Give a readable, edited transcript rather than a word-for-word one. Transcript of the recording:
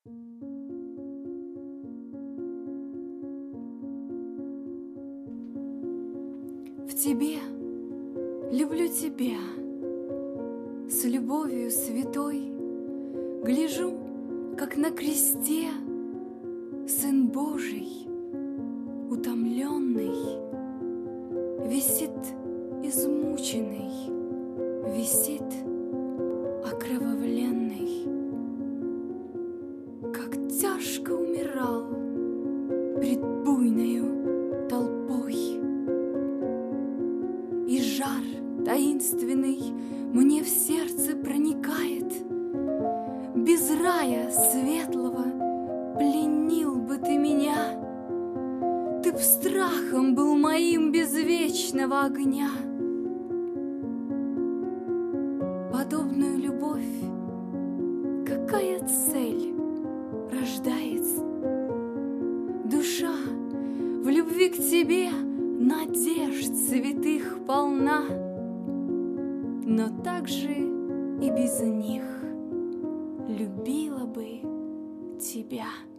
В тебе люблю тебя, с любовью святой гляжу, как на кресте Сын Божий, утомленный, висит измученный, висит окровавленный, как тяжко умирал пред буйною толпой. И жар таинственный мне в сердце проникает. Без рая светлого пленил бы ты меня. Ты б страхом был моим без вечного огня. Подобную любовь какая цель рождает? Душа в любви к тебе надежд святых полна, но также и без них любила бы тебя.